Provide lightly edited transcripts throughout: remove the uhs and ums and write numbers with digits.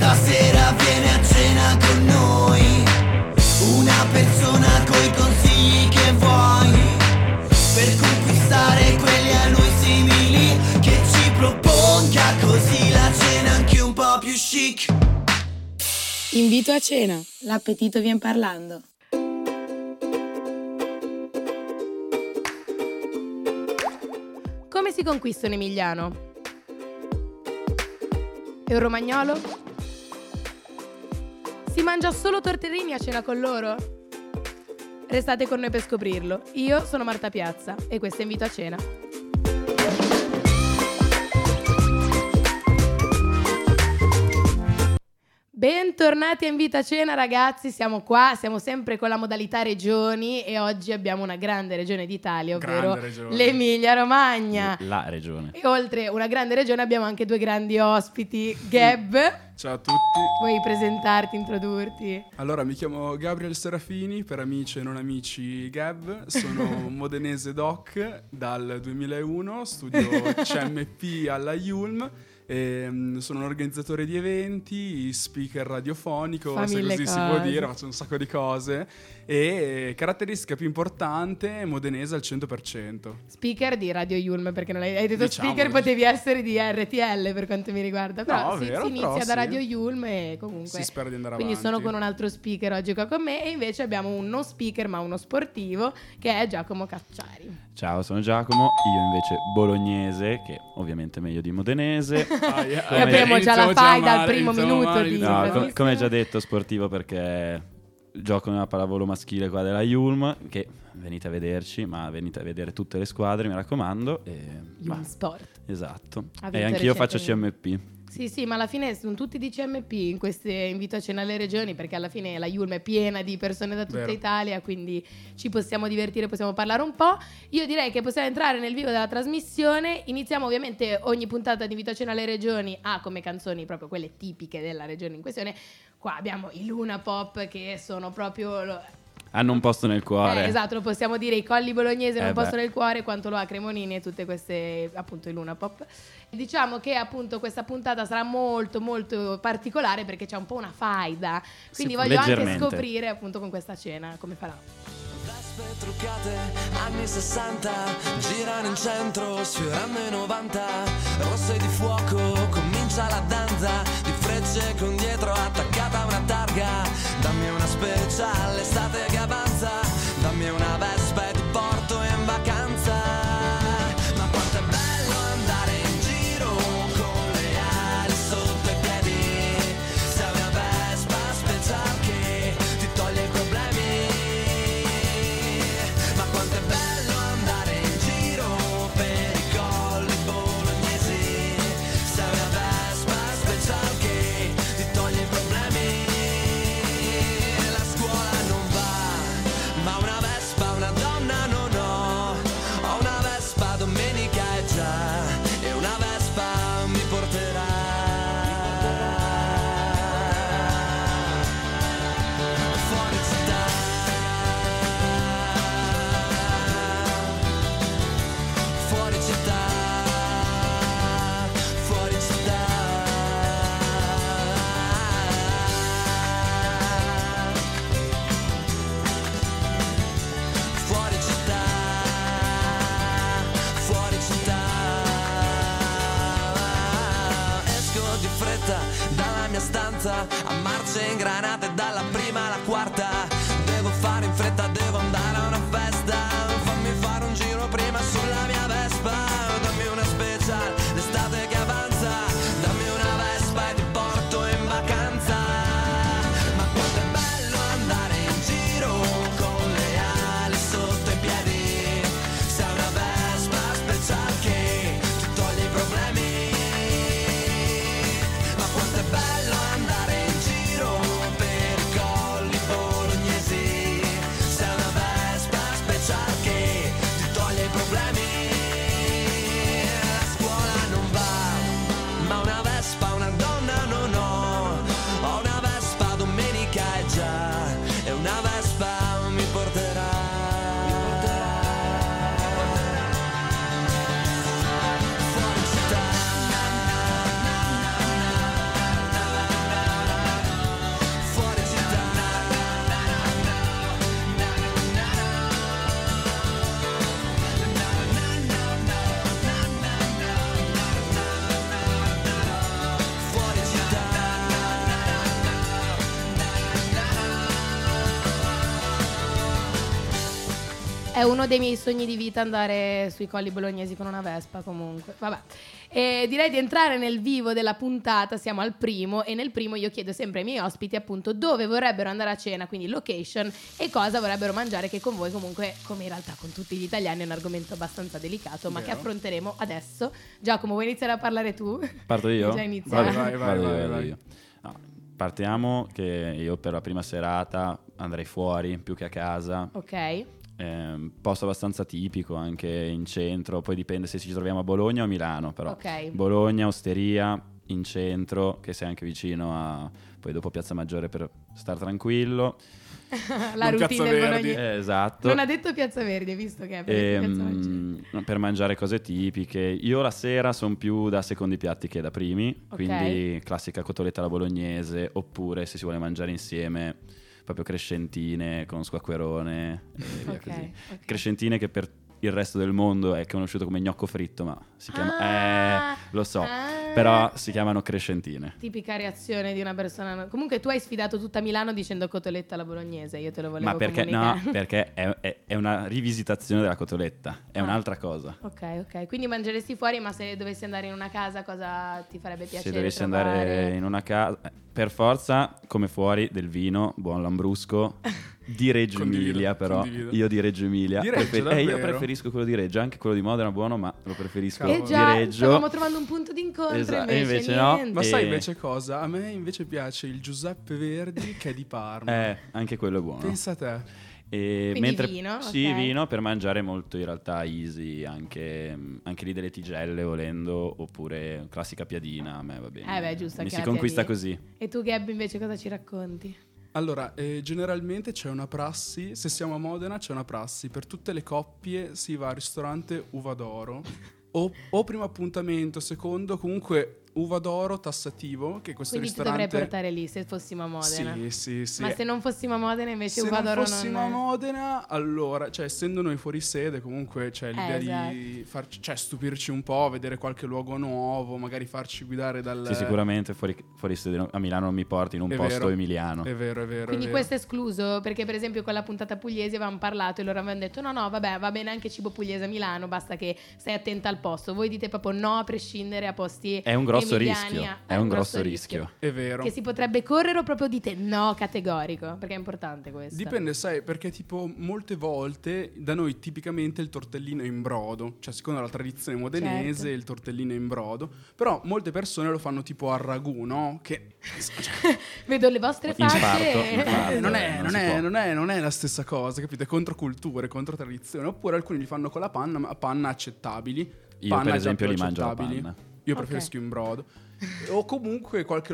stasera viene a cena con noi, una persona coi consigli che vuoi, per conquistare quelli a lui simili, che ci proponga così la cena anche un po' più chic. Invito a cena, l'appetito vien parlando. Come si conquista un emiliano? E un romagnolo? Si mangia solo tortellini a cena con loro? Restate con noi per scoprirlo. Io sono Marta Piazza e questo è Invito a cena. Bentornati a Invito a cena ragazzi, siamo qua, siamo sempre con la modalità regioni e oggi abbiamo una grande regione d'Italia, ovvero l'Emilia Romagna. La regione. E oltre una grande regione abbiamo anche due grandi ospiti. Gab. Ciao a tutti. Vuoi presentarti, introdurti? Allora, mi chiamo Gabriel Serafini, per amici e non amici Gab, sono modenese doc dal 2001, studio CMP alla IULM. Sono un organizzatore di eventi, speaker radiofonico, se così si può dire, faccio un sacco di cose. E caratteristica più importante, modenese al 100%. Speaker di Radio Yulm, perché non hai detto Diciamo, speaker, potevi essere di RTL per quanto mi riguarda. Però no, si inizia da Radio Yulm e comunque si spera di andare quindi avanti. sono con un altro speaker oggi qua con me e invece abbiamo un non speaker ma uno sportivo che è Giacomo Cacciari. Ciao, sono Giacomo, io invece bolognese, che ovviamente è meglio di modenese. E abbiamo già la fai dal primo minuto di no, come già detto, sportivo perché gioco nella pallavolo maschile qua della Yulm, che venite a vederci, ma venite a vedere tutte le squadre, mi raccomando. Yulm Sport. Esatto. E anch'io faccio CMP. Sì, ma alla fine sono tutti di CMP in queste Invito a cena alle regioni, perché alla fine la Yulm è piena di persone da tutta Italia, quindi ci possiamo divertire, possiamo parlare un po'. Io direi che possiamo entrare nel vivo della trasmissione. Iniziamo ovviamente ogni puntata di Invito a cena alle regioni come canzoni proprio quelle tipiche della regione in questione. Qua abbiamo i Luna Pop che sono proprio... hanno un posto nel cuore. Esatto, lo possiamo dire, i Colli Bolognesi hanno un posto nel cuore, quanto lo ha Cremonini e tutte queste, appunto, i Luna Pop. Diciamo che appunto questa puntata sarà molto molto particolare perché c'è un po' una faida, quindi voglio anche scoprire appunto con questa cena come farà. Vespe truccate, anni 60, girano in centro, sfiorando i 90, rosse di fuoco, comincia la danza, di frecce con dietro attaccata una targa, dammi una special, l'estate che avanza, dammi una vespa e ti porto in vacanza, ma quanto è bello andare in giro con le ali sotto i piedi, sei una vespa special che ti toglie i problemi. A marce ingranate dalla prima alla quarta, devo fare in fretta, devo andare a una festa, fammi fare un giro prima sulla mia Vespa, dammi una special, l'estate che avanza, dammi una Vespa e ti porto in vacanza, ma quanto è bello andare in giro con le ali sotto i piedi, sei una Vespa special che ti toglie i problemi, ma quanto è bello andare in giro per È uno dei miei sogni di vita andare sui colli bolognesi con una Vespa, comunque. Vabbè. Direi di entrare nel vivo della puntata, siamo al primo, e nel primo io chiedo sempre ai miei ospiti appunto dove vorrebbero andare a cena, quindi location, e cosa vorrebbero mangiare, che con voi comunque, come in realtà con tutti gli italiani, è un argomento abbastanza delicato, ma che affronteremo adesso. Giacomo, vuoi iniziare a parlare tu? Parto io? Già iniziamo. Vai. No, partiamo che io per la prima serata andrei fuori più che a casa. Ok. Posto abbastanza tipico anche in centro, poi dipende se ci troviamo a Bologna o a Milano, però Ok. Bologna, osteria, in centro, che sei anche vicino a poi dopo Piazza Maggiore per star tranquillo. La Non routine Piazza del Verdi. bolognese. Esatto. Non ha detto Piazza Verdi, visto che è per Piazza Maggiore. Per mangiare cose tipiche. Io la sera sono più da secondi piatti che da primi, Ok. quindi classica cotoletta alla bolognese, oppure se si vuole mangiare insieme proprio crescentine con squacquerone e via Ok, così. ok. Crescentine che per il resto del mondo è conosciuto come gnocco fritto, ma si chiama lo so, però si chiamano crescentine. Tipica reazione di una persona. Comunque tu hai sfidato tutta Milano dicendo cotoletta alla bolognese, io te lo volevo Ma perché comunicare. no? Perché è una rivisitazione della cotoletta, è un'altra cosa. Ok, quindi mangeresti fuori, ma se dovessi andare in una casa cosa ti farebbe piacere? Se dovessi trovare? andare in una casa, per forza, come fuori, del vino, buon Lambrusco, di Reggio Emilia, però. condivido. Io di Reggio Emilia. Di Reggio, io davvero? preferisco quello di Reggio, anche quello di Modena buono, ma lo preferisco Cavolo. di già, Reggio. stavamo trovando un punto d'incontro, Esatto, invece no. niente. Ma sai E- invece cosa? A me invece piace il Giuseppe Verdi che è di Parma. Anche quello è buono. Pensa a te. E Quindi mentre, vino, sì, ok. vino per mangiare molto in realtà easy, anche lì delle tigelle volendo, oppure classica piadina, a me va bene. Beh, giusto, Mi anche si la conquista piadina. così. E tu Gab invece cosa ci racconti? Allora, generalmente c'è una prassi, se siamo a Modena c'è una prassi, per tutte le coppie si va al ristorante Uva d'Oro, o primo appuntamento, secondo, comunque Uva d'Oro tassativo, che è questo Quindi ti ristorante... dovrei portare lì se fossimo a Modena. Sì. Ma se non fossimo a Modena invece Se Uva d'Oro non fossimo a non... Modena, allora, cioè essendo noi fuori sede, comunque c'è l'idea di farci, cioè stupirci un po', vedere qualche luogo nuovo, magari farci guidare dal... Sì, sicuramente fuori sede a Milano non mi porti in un È posto vero. emiliano. È vero. Quindi è vero. questo è escluso, perché per esempio con la puntata pugliese avevamo parlato e loro avevano detto no, vabbè, va bene anche cibo pugliese a Milano, basta che stai attenta al posto. Voi dite proprio no a prescindere a posti È un grosso emiliani, rischio. È un grosso rischio. È vero. Che si potrebbe correre o proprio dite no categorico, perché è importante questo. Dipende, sai, perché tipo molte volte da noi tipicamente il tortellino è in brodo, cioè secondo la tradizione modenese Certo. il tortellino è in brodo, però molte persone lo fanno tipo al ragù, no? Che Vedo le vostre facce. Infarto, non è la stessa cosa, capite? Controculture, controtradizione, oppure alcuni li fanno con la panna, ma panna accettabili. Io Panna per già esempio più li mangio alla accettabili. panna. Io Ok. preferisco in brodo. O comunque qualche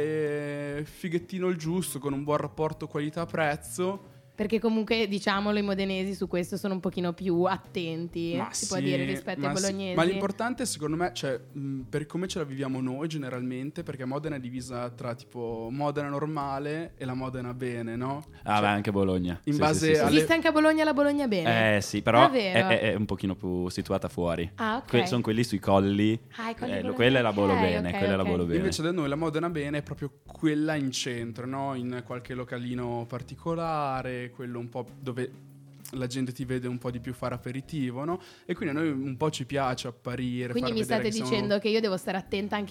locale fighettino il giusto, con un buon rapporto qualità-prezzo. Perché comunque diciamolo i modenesi su questo sono un pochino più attenti, Ma si sì, può dire, rispetto ai ma sì. bolognesi. Ma l'importante secondo me, cioè, per come ce la viviamo noi generalmente, perché Modena è divisa tra tipo Modena normale e la Modena bene, no? Ah, beh, anche Bologna. in Sì, base sì, sì, alle- Esiste anche a Bologna la Bologna bene? sì, però Davvero? è un pochino più situata fuori. Ah, ok. Sono quelli sui colli. Ah, i colli bolognesi. Quella è la Bolo Ok, bene, ok, quella è la ok. Bolo bene. Invece da noi la Modena bene è proprio quella in centro, no? In qualche localino particolare, quello un po' dove la gente ti vede un po' di più fare aperitivo, no? E quindi a noi un po' ci piace apparire. Quindi far mi vedere state che siamo- dicendo che io devo stare attenta anche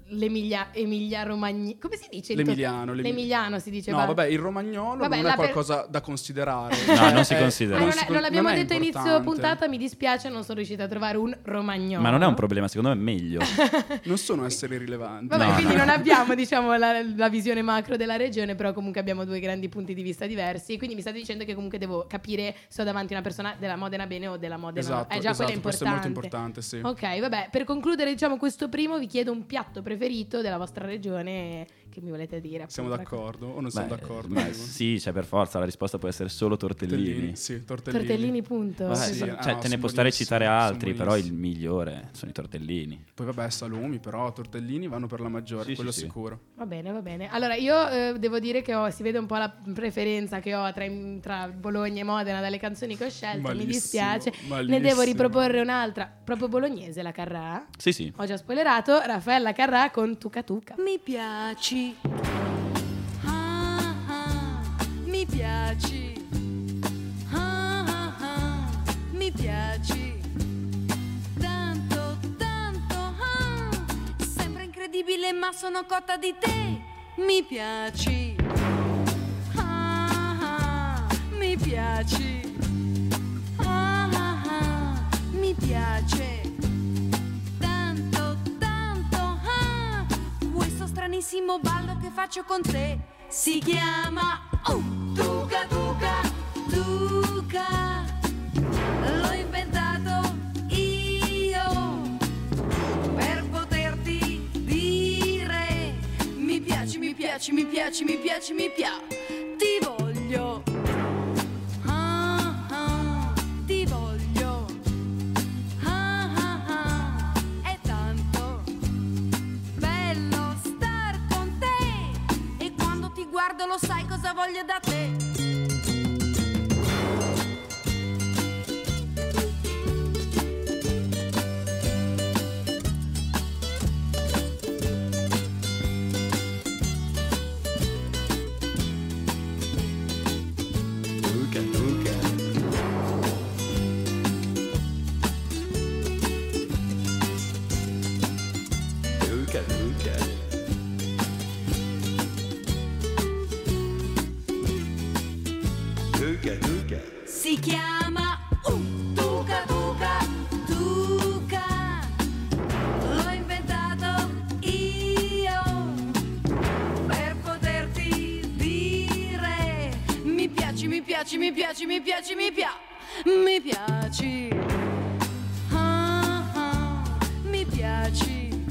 all'Emilia Romagna. Come si dice? L'emiliano. L'emiliano si dice. No, vabbè, il romagnolo Vabbè, non la è per- qualcosa da considerare. No, non si considera. Ah, Non non l'abbiamo non è detto a inizio importante. puntata, mi dispiace, non sono riuscita a trovare un romagnolo. Ma non è un problema, secondo me è meglio. Non sono esseri rilevanti. Vabbè, No, quindi no. non abbiamo, diciamo, la visione macro della regione, però comunque abbiamo due grandi punti di vista diversi. Quindi mi state dicendo che comunque devo capire se ho davanti una persona della Modena bene o della Modena. Esatto, già quello è esatto, questo è molto importante, sì. Ok, vabbè, per concludere, diciamo, questo primo, vi chiedo un piatto preferito della vostra regione che mi volete dire. Siamo appunto. d'accordo o non siamo Beh, d'accordo? ma sì, cioè per forza la risposta può essere solo tortellini. Sì, tortellini. Tortellini, punto. Vabbè, Sì, cioè, no, te ne sono può stare a citare buonissimi, altri, sono però il buonissimi. migliore sono i tortellini. Poi vabbè, salumi, però tortellini vanno per la maggiore, Sì, quello sì, sì. sicuro. Va bene, va bene. Allora, io devo dire che si vede un po' la preferenza che ho tra Bologna e Modena dalle canzoni che ho scelto. Mi Malissimo, dispiace. Ne malissimo. devo riproporre un'altra, proprio bolognese, la Carrà. Sì, sì. Ho già spoilerato, Raffaella Carrà con Tuca Tuca. Mi piaci, ah, ah, mi piaci, ah, ah, ah, piaci tanto, tanto, sembra incredibile ma sono cotta di te. Mi piaci, mi piaci, mi piace tanto, tanto, questo stranissimo ballo che faccio con te si chiama Tuca Tuca Tuca. L'ho inventato io per poterti dire mi piaci, mi piaci, mi piaci, mi piaci, mi piaci. Ti voglio, ti voglio, è tanto bello star con te e quando ti guardo lo sai cosa voglio da te. Si chiama Tuca Tuca Tuca. L'ho inventato io per poterti dire mi piaci, mi piaci, mi piaci, mi piaci, mi piaci, mi piaci, mi piaci,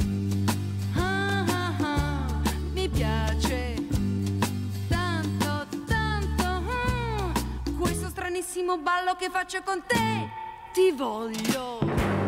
mi piace tanto, tanto, questo stranissimo ballo che faccio con te. Ti voglio.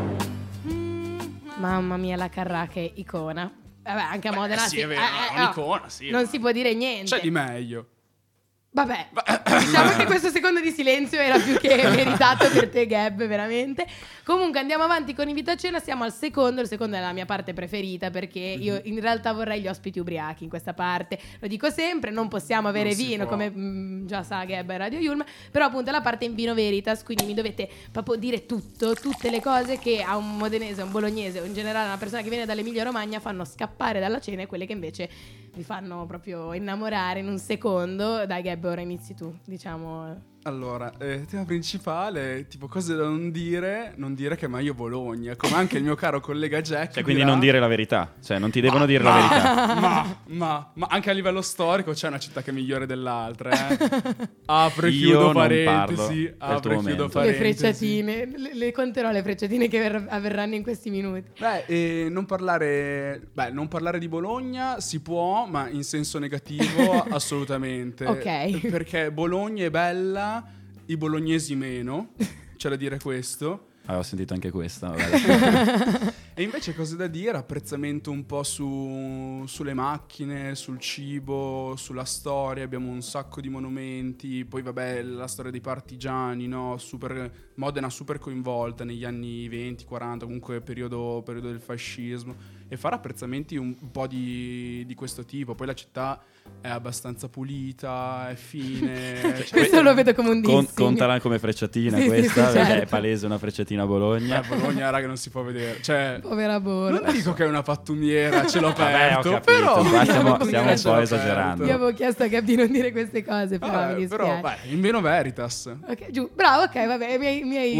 Mamma mia, la Carrà che icona. Vabbè, anche a Modena Sì, è vero, un'icona, sì. non si può dire niente. C'è di meglio. Vabbè, diciamo che questo secondo di silenzio era più che meritato per te, Gab, veramente. Comunque andiamo avanti con Invito a cena, siamo al secondo. Il secondo è la mia parte preferita perché io in realtà vorrei gli ospiti ubriachi in questa parte. Lo dico sempre, non possiamo avere vino come già sa Gab e Radio Yulm, però appunto è la parte in vino veritas, quindi mi dovete proprio dire tutto, tutte le cose che a un modenese, a un bolognese o in generale a una persona che viene dall'Emilia Romagna fanno scappare dalla cena e quelle che invece vi fanno proprio innamorare in un secondo. Dai Gab, ora inizi tu, diciamo. Allora, tema principale, tipo cose da non dire che mai io Bologna, come anche il mio caro collega Jack. Cioè, quindi non dire la verità, cioè non ti devono dire la verità. Ma anche a livello storico c'è una città che è migliore dell'altra, Apro e chiudo parentesi, apro e chiudo parentesi. Le frecciatine, le conterò le frecciatine che avverranno in questi minuti. Non parlare di Bologna si può, ma in senso negativo assolutamente. Ok. Perché Bologna è bella, i bolognesi meno, c'è da dire questo. Ho sentito anche questa. Vabbè. E invece cose da dire, apprezzamento un po' sulle macchine, sul cibo, sulla storia, abbiamo un sacco di monumenti, poi vabbè la storia dei partigiani, no? Modena super coinvolta negli anni 20, 40, comunque periodo del fascismo, e fare apprezzamenti un po' di questo tipo. Poi la città è abbastanza pulita, è fine. Questo lo vedo come un dissing. Contala come frecciatina questa, sì, perché certo. è palese una frecciatina a Bologna. Bologna, raga, non si può vedere. Cioè, povera Bologna. non dico che è una pattumiera, ce l'ho Vabbè, aperto, ho capito, però qua stiamo un ce po' l'ho aperto. esagerando. Io avevo chiesto a Gab di non dire queste cose, però mi dispiace. Però, in vino veritas. Ok, giù. Bravo, ok, vabbè, mi hai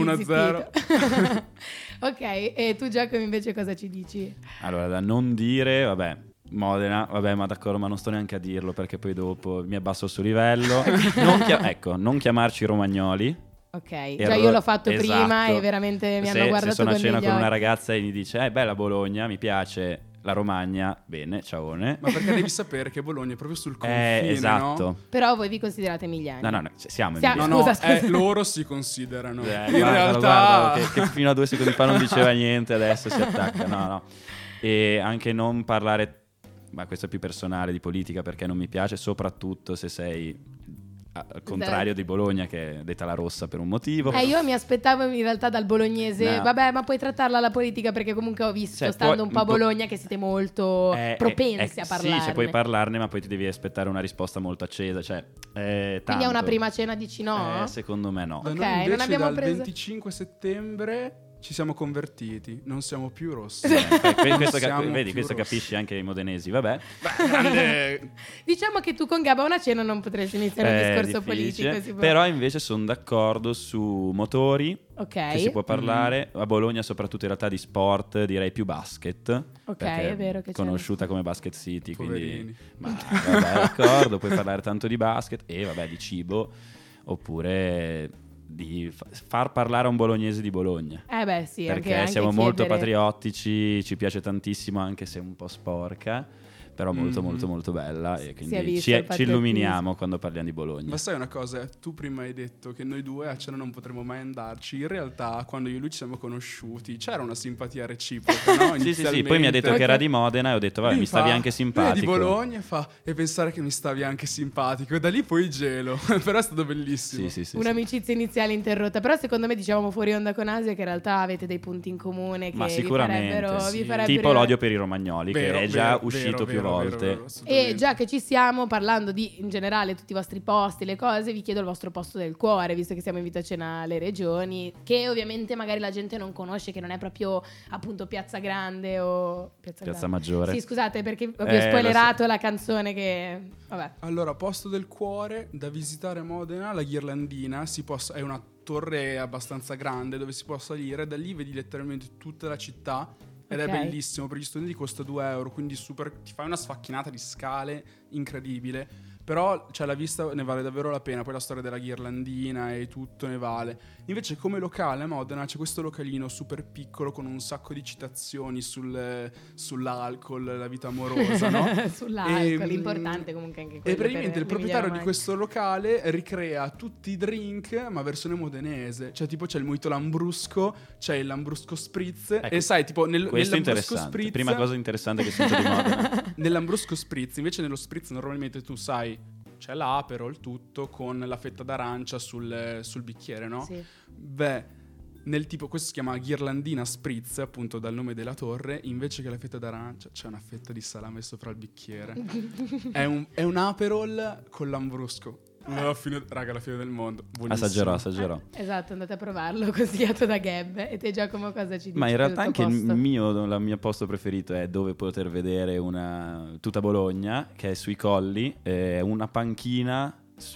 1-0. Ok, e tu Giacomo invece cosa ci dici? Allora, da non dire, vabbè, Modena, vabbè, ma d'accordo, ma non sto neanche a dirlo perché poi dopo mi abbasso il suo livello. Non chiamarci romagnoli. Ok, già io l'ho fatto esatto. Prima e veramente mi hanno guardato se sono a con cena degli con una occhi. ragazza e mi dice bella Bologna, mi piace la Romagna, bene, ciaone. Ma perché devi sapere che Bologna è proprio sul confine, esatto. no? Però voi vi considerate emiliani? No, siamo Siamo- emiliani. Scusa. Loro si considerano. In Guarda, realtà che fino a 2 secondi fa non diceva niente, adesso si attacca. No. E anche non parlare, ma questo è più personale, di politica, perché non mi piace, soprattutto se sei al contrario di Bologna, che è detta la rossa per un motivo. Io mi aspettavo in realtà dal bolognese, No. vabbè, ma puoi trattarla alla politica, perché comunque ho visto, Cioè, stando poi- un po' a Bologna, che siete molto propensi a parlarne. Sì, cioè, puoi parlarne, ma poi ti devi aspettare una risposta molto accesa. Cioè, Quindi tanto. a una prima cena dici no? Secondo me no. Da Ok, noi non invece abbiamo dal preso- 25 settembre ci siamo convertiti, non siamo più rossi. Questo Siamo vedi, più questo rossi. capisci anche i modenesi, vabbè. Grande. Diciamo che tu con Gab a una cena non potresti iniziare un discorso difficile. politico. Però invece sono d'accordo su motori, Ok. che si può parlare. A Bologna soprattutto in realtà di sport, direi più basket. Ok, perché è vero che c'è conosciuta come Basket City, Poverini. quindi ma vabbè, d'accordo, puoi parlare tanto di basket e vabbè di cibo, oppure di far parlare a un bolognese di Bologna. beh sì, Perché anche siamo molto chiedere- patriottici, ci piace tantissimo anche se un po' sporca, però molto molto molto bella e Si è quindi visto il ci patriottismo. illuminiamo quando parliamo di Bologna. Ma sai una cosa? Tu prima hai detto che noi due a cena non potremo mai andarci. In realtà, quando io e lui ci siamo conosciuti, c'era una simpatia reciproca, no? Sì, poi mi ha detto che era di Modena e ho detto vabbè, Lui mi stavi fa, anche "Lui è simpatico. di Bologna e pensare che mi stavi anche simpatico. E da lì poi gelo. Però è stato bellissimo. Sì. Un'amicizia iniziale interrotta, però secondo me dicevamo fuori onda con Asia che in realtà avete dei punti in comune che Ma sicuramente, vi farebbero tipo l'odio per i romagnoli, Vero, che è già vero, uscito vero, più vero, volte. vero, E già che ci siamo parlando di in generale tutti i vostri posti, le cose, vi chiedo il vostro posto del cuore, visto che siamo invito a cena alle regioni, che ovviamente magari la gente non conosce, che non è proprio appunto Piazza Grande o Piazza Maggiore. Sì, scusate perché vi ho Lo spoilerato la canzone che vabbè. Allora, posto del cuore da visitare a Modena, la Ghirlandina, è una torre abbastanza grande dove si può salire, da lì vedi letteralmente tutta la città ed Ok. è bellissimo, per gli studenti costa 2 euro, quindi ti fai una sfacchinata di scale incredibile. Però la vista ne vale davvero la pena, poi la storia della Ghirlandina e tutto ne vale. Invece come locale a Modena c'è questo localino super piccolo con un sacco di citazioni sull'alcol, la vita amorosa, no? Sull'alcol, importante comunque anche quello. E praticamente per il proprietario di l'Emilia-Romagna. questo locale ricrea tutti i drink, ma versione modenese. Cioè, tipo, c'è il mojito lambrusco, c'è il lambrusco spritz. Ecco, e sai, tipo, nel Questo è lambrusco interessante. spritz, Prima cosa interessante che sento di Modena. nel lambrusco spritz, invece nello spritz normalmente tu sai, c'è l'Aperol tutto con la fetta d'arancia sul bicchiere, no? Sì. Beh, questo si chiama Ghirlandina Spritz, appunto dal nome della torre, invece che la fetta d'arancia c'è una fetta di salame sopra il bicchiere. è un Aperol con lambrusco. La fine del mondo. Buonissimo. Assaggerò. Esatto, andate a provarlo, consigliato da Gab. E te Giacomo cosa ci dici? Ma in realtà del tuo anche posto? il mio posto preferito è dove poter vedere tutta Bologna, che è sui colli, una panchina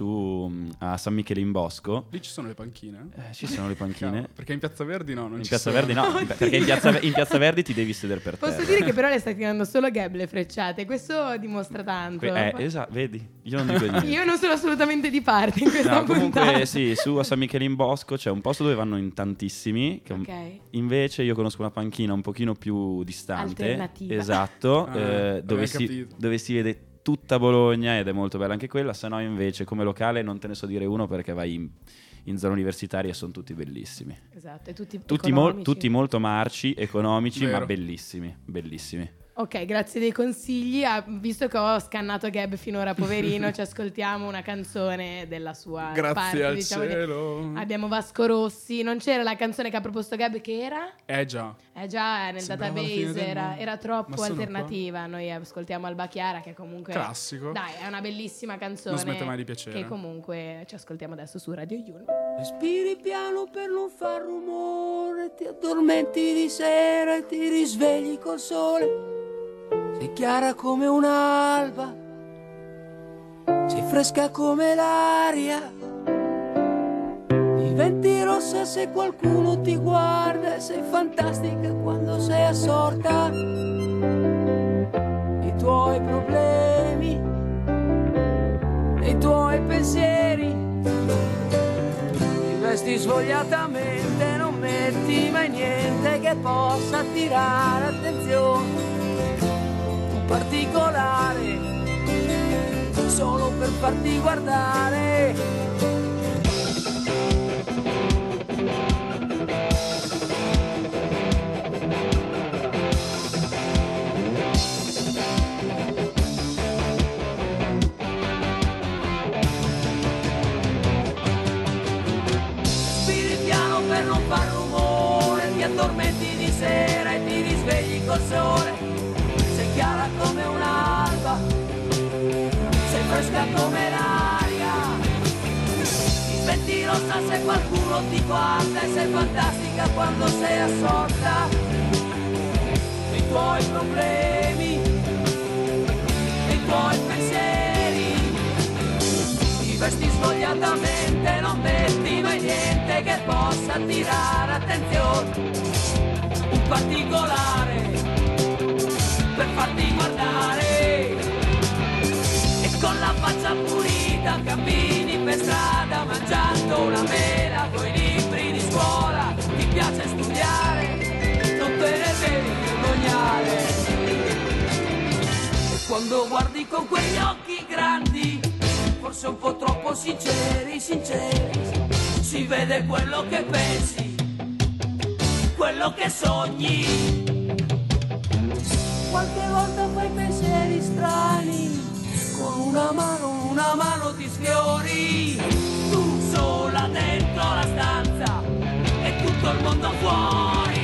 a San Michele in Bosco. Lì ci sono le panchine? Ci sono le panchine. Cavolo, perché in Piazza Verdi no, non In ci Piazza sono. Verdi no, perché in Piazza Verdi ti devi sedere per terra. Posso dire che però le sta tirando solo Gab le frecciate, questo dimostra tanto. Esatto, vedi, io non dico niente. Io non sono assolutamente di parte in questa No, comunque puntata. sì, su a San Michele in Bosco c'è un posto dove vanno in tantissimi, che Ok. invece io conosco una panchina un pochino più distante. Alternativa. Esatto, Ah, dove si vede tutta Bologna ed è molto bella anche quella, se no invece come locale non te ne so dire uno perché vai in zona universitaria e sono tutti bellissimi. Esatto, e tutti Tutti economici. molto marci, economici, Vero. ma bellissimi, bellissimi. Ok, grazie dei consigli. Visto che ho scannato Gab finora, poverino, ci ascoltiamo una canzone della sua Grazie parte, al diciamo che cielo. abbiamo Vasco Rossi. Non c'era la canzone che ha proposto Gab, che era? Già. Già nel Sembrava la fine database del era mondo. troppo Ma sono alternativa. Noi ascoltiamo Alba Chiara, che comunque Classico. Dai, è una bellissima canzone. Non smette mai di piacere. Che comunque ci ascoltiamo adesso su Radio Yulm. Respiri piano per non far rumore, ti addormenti di sera e ti risvegli col sole. Sei chiara come un'alba, sei fresca come l'aria. Diventi rossa se qualcuno ti guarda e sei fantastica quando sei assorta. I tuoi problemi e i tuoi pensieri. Ti vesti svogliatamente, non metti mai niente che possa attirare attenzione. Un particolare solo per farti guardare. col sole, sei chiara come un'alba, sei fresca come l'aria, diventi rossa se qualcuno ti guarda e sei fantastica quando sei assorta nei tuoi problemi, nei tuoi pensieri, ti vesti svogliatamente, non metti mai niente che possa attirare attenzione, un particolare per farti guardare, e con la faccia pulita cammini per strada mangiando una mela coi libri di scuola, ti piace studiare, non te ne devi vergognare, e quando guardi con quegli occhi grandi, forse un po' troppo sinceri, si vede quello che pensi, quello che sogni. Qualche volta fai pensieri strani, con una mano ti sfiori, tu sola dentro la stanza e tutto il mondo fuori.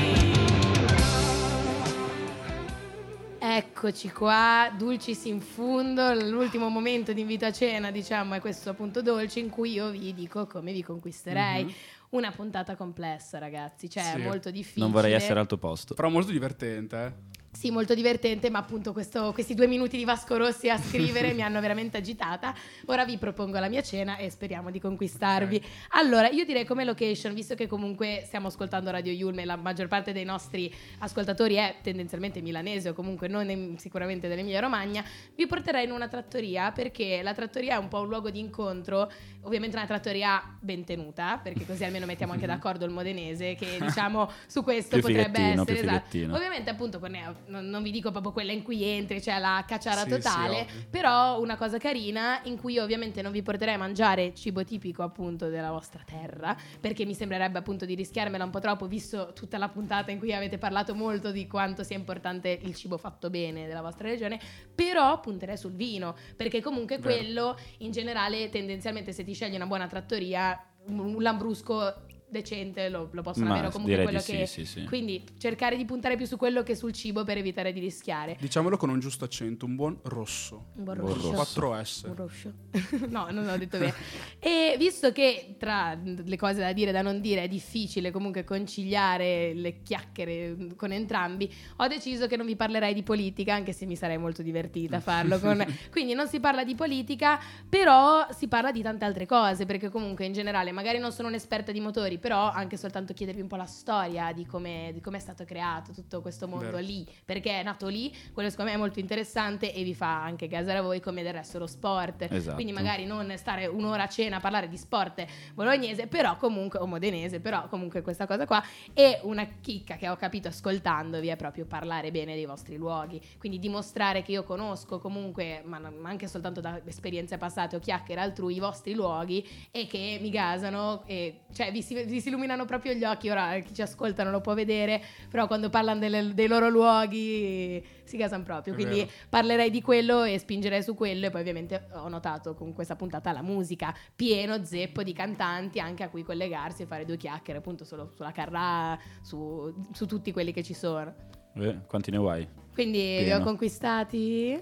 Eccoci qua, Dulcis in fondo, l'ultimo momento di invito a cena, diciamo, è questo appunto dolce in cui io vi dico come vi conquisterei. Mm-hmm. Una puntata complessa, ragazzi, cioè sì, molto difficile. Non vorrei essere al tuo posto. Però molto divertente, Sì, molto divertente, ma appunto questi 2 minuti di Vasco Rossi a scrivere mi hanno veramente agitata. Ora vi propongo la mia cena e speriamo di conquistarvi. Okay. Allora, io direi come location, visto che comunque stiamo ascoltando Radio Yulm e la maggior parte dei nostri ascoltatori è tendenzialmente milanese o comunque non sicuramente dell'Emilia Romagna, vi porterei in una trattoria, perché la trattoria è un po' un luogo di incontro, ovviamente una trattoria ben tenuta, perché così almeno mettiamo anche d'accordo il modenese, che diciamo su questo potrebbe essere, esatto. Ovviamente appunto non vi dico proprio quella in cui entri, cioè la cacciara totale, però una cosa carina in cui io ovviamente non vi porterei a mangiare cibo tipico appunto della vostra terra, perché mi sembrerebbe appunto di rischiarmela un po' troppo, visto tutta la puntata in cui avete parlato molto di quanto sia importante il cibo fatto bene della vostra regione, però punterei sul vino, perché comunque quello in generale tendenzialmente, se ti scegli una buona trattoria, un lambrusco decente lo possono avere, comunque quello che sì. Quindi cercare di puntare più su quello che sul cibo per evitare di rischiare. Diciamolo con un giusto accento, un buon rosso. Un buon rosso. 4S. Un rosso. No, non ho detto bene. E visto che tra le cose da dire e da non dire è difficile comunque conciliare le chiacchiere con entrambi, ho deciso che non vi parlerei di politica, anche se mi sarei molto divertita a farlo quindi non si parla di politica, però si parla di tante altre cose, perché comunque in generale magari non sono un'esperta di motori, però anche soltanto chiedervi un po' la storia di come è stato creato tutto questo mondo lì, perché è nato lì, quello secondo me è molto interessante e vi fa anche gasare a voi, come del resto lo sport. Esatto. Quindi magari non stare un'ora a cena a parlare di sport bolognese, però comunque, o modenese, però comunque questa cosa qua. E una chicca che ho capito ascoltandovi è proprio parlare bene dei vostri luoghi, quindi dimostrare che io conosco comunque, ma anche soltanto da esperienze passate o chiacchiere altrui, i vostri luoghi, e che mi gasano, e cioè vi si illuminano proprio gli occhi. Ora chi ci ascolta non lo può vedere, però quando parlano dei loro luoghi si gasano proprio, quindi parlerei di quello e spingerei su quello. E poi ovviamente ho notato con questa puntata la musica, pieno zeppo di cantanti anche a cui collegarsi e fare 2 chiacchiere appunto solo sulla Carrà, su tutti quelli che ci sono. Quanti ne vuoi? Quindi pieno. vi ho conquistati?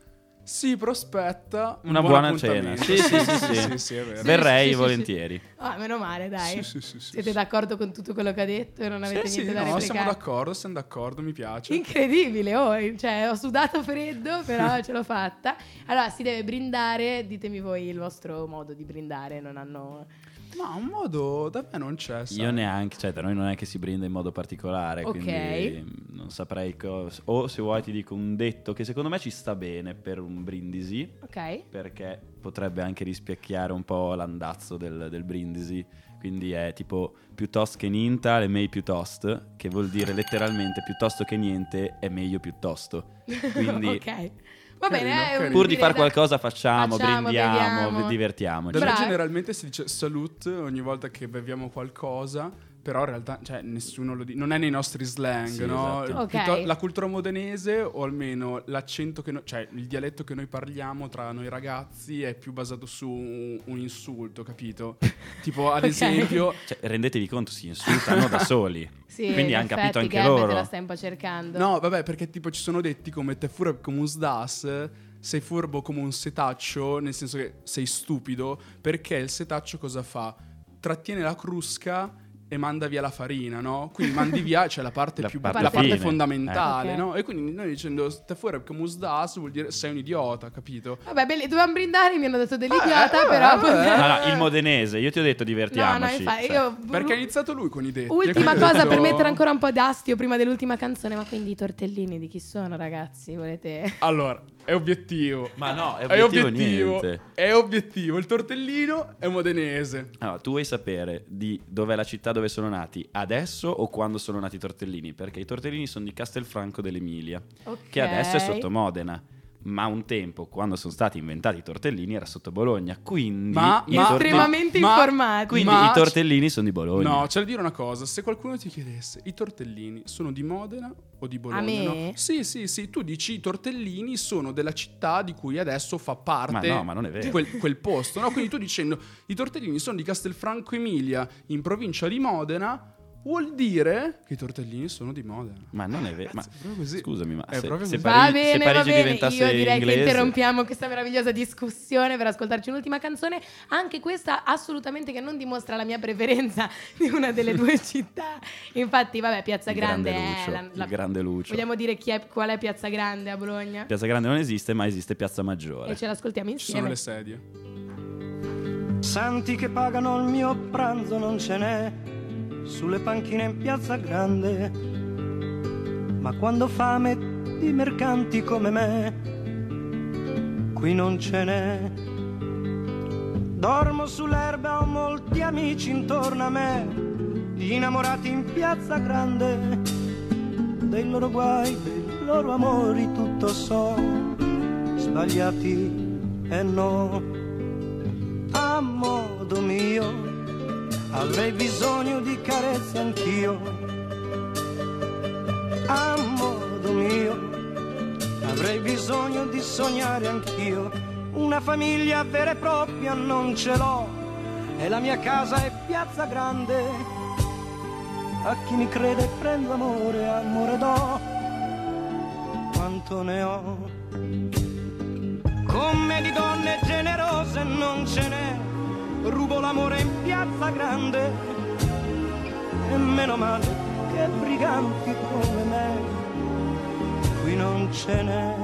Sì, prospetta una buona cena. Sì, è vero. Verrei volentieri. Meno male, dai. Sì. Siete d'accordo con tutto quello che ha detto e non avete niente da replicare? Siamo d'accordo, mi piace. Incredibile, cioè ho sudato freddo, però ce l'ho fatta. Allora, si deve brindare, ditemi voi il vostro modo di brindare, non hanno... No, un modo da me non c'è. Io neanche, cioè da noi non è che si brinda in modo particolare, quindi non saprei o se vuoi ti dico un detto che secondo me ci sta bene per un brindisi, perché potrebbe anche rispecchiare un po' l'andazzo del brindisi, quindi è tipo piuttosto che niente, le mei piuttosto, che vuol dire letteralmente piuttosto che niente è meglio piuttosto, quindi va bene, pur di fare qualcosa facciamo, brindiamo, beviamo. divertiamoci. Da me generalmente si dice salute ogni volta che beviamo qualcosa, Però in realtà, cioè, nessuno lo dice, non è nei nostri slang, sì, no? Esatto. Okay. La cultura modenese, o almeno l'accento cioè il dialetto che noi parliamo tra noi ragazzi è più basato su un insulto, capito? Tipo, ad esempio... Cioè, rendetevi conto, si insultano da soli. Sì, quindi hanno capito anche loro. Te la stai un po' cercando. No, vabbè, perché tipo ci sono detti come te furbo come un sdas, sei furbo come un setaccio, nel senso che sei stupido, perché il setaccio cosa fa? Trattiene la crusca e manda via la farina, no? Quindi mandi via, cioè la parte la parte fondamentale, okay. no? E quindi noi dicendo te fuori come un sdas vuol dire sei un idiota, capito? Vabbè, dovevamo brindare, mi hanno detto dell'idiota, però... No, il modenese, io ti ho detto divertiamoci. Perché ha iniziato lui con i detti. Ultima cosa per mettere ancora un po' d'astio prima dell'ultima canzone, ma quindi i tortellini di chi sono, ragazzi? Volete... Allora, è obiettivo. Ma no, è obiettivo niente. È obiettivo, il tortellino è modenese. Allora, tu vuoi sapere di dov'è la città dove sono nati adesso o quando sono nati i tortellini? Perché i tortellini sono di Castelfranco dell'Emilia, che adesso è sotto Modena. Ma un tempo, quando sono stati inventati i tortellini, era sotto Bologna. Quindi estremamente informati. Quindi i tortellini sono di Bologna. No, c'è da dire una cosa. Se qualcuno ti chiedesse, i tortellini sono di Modena o di Bologna? A me? No? Sì. Tu dici i tortellini sono della città di cui adesso fa parte. Ma no, ma non è vero. Quel posto, no? Quindi tu dicendo i tortellini sono di Castelfranco Emilia in provincia di Modena, vuol dire che i tortellini sono di Modena. Ma non è vero. Ma scusami, ma è se va Parigi bene. diventasse Io direi inglese... che interrompiamo questa meravigliosa discussione per ascoltarci un'ultima canzone. Anche questa assolutamente che non dimostra la mia preferenza di una delle due città. Infatti, vabbè, Piazza Grande è il Grande Lucio. Vogliamo dire qual è Piazza Grande a Bologna? Piazza Grande non esiste, ma esiste Piazza Maggiore. E ce l'ascoltiamo insieme. Ci sono le sedie. Santi che pagano il mio pranzo non ce n'è sulle panchine in Piazza Grande, ma quando fame di mercanti come me, qui non ce n'è. Dormo sull'erba, ho molti amici intorno a me, innamorati in Piazza Grande, dei loro guai, dei loro amori tutto so, sbagliati e no. A modo mio avrei bisogno di carezze anch'io, a modo mio avrei bisogno di sognare anch'io. Una famiglia vera e propria non ce l'ho e la mia casa è Piazza Grande. A chi mi crede prendo amore, amore do, quanto ne ho. Come di donne generose non ce n'è, rubo l'amore in Piazza Grande e meno male che briganti come me qui non ce n'è.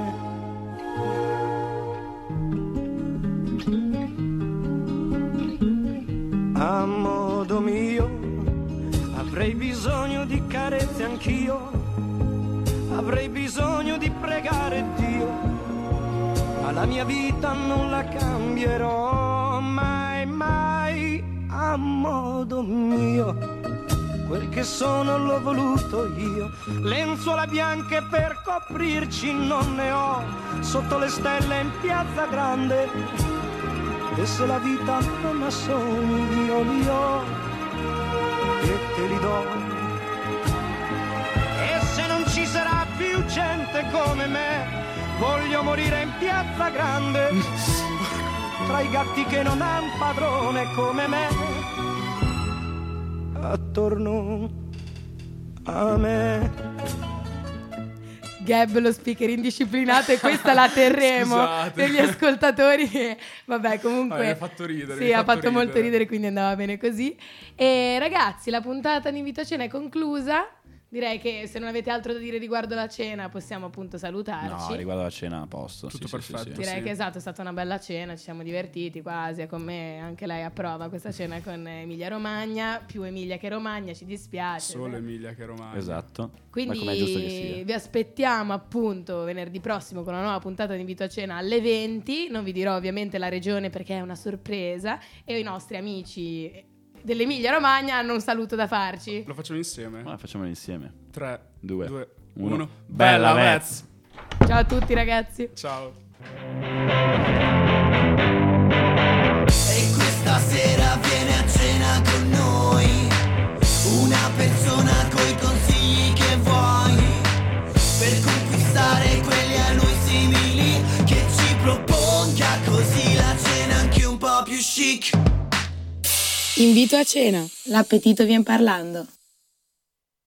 A modo mio avrei bisogno di carezze anch'io, avrei bisogno di pregare Dio, ma la mia vita non la cambierò mai, mai. A modo mio, quel che sono l'ho voluto io, lenzuola bianche per coprirci non ne ho, sotto le stelle in Piazza Grande, e se la vita non ha sogni io li ho e te li do. E se non ci sarà più gente come me, voglio morire in Piazza Grande, tra i gatti che non han padrone come me, attorno a me. Gab, lo speaker indisciplinato, e questa la terremo. Scusate. Per gli ascoltatori. Vabbè, comunque mi ha fatto ridere. Sì, ha fatto molto ridere, quindi andava bene così. E ragazzi, la puntata di Invito a Cena è conclusa. Direi che se non avete altro da dire riguardo la cena possiamo appunto salutarci. No, riguardo la cena a posto. Tutto sì, perfetto. sì. Direi che esatto, è stata una bella cena, ci siamo divertiti quasi, e con me anche lei approva questa cena con Emilia Romagna, più Emilia che Romagna, ci dispiace. Solo Emilia che Romagna. Esatto. Quindi ma com'è giusto che sia. vi aspettiamo appunto venerdì prossimo con una nuova puntata di Invito a Cena alle 20. Non vi dirò ovviamente la regione perché è una sorpresa, e i nostri amici dell'Emilia Romagna hanno un saluto da farci. Lo facciamo insieme? Ma facciamolo insieme. 3, 2, 1. 1. Bella Vez! Ciao a tutti ragazzi. Ciao. E questa sera viene a cena con noi una conquistare quelli a noi simili, che ci proponga così la cena anche un po' più chic. Invito a cena, l'appetito vien parlando.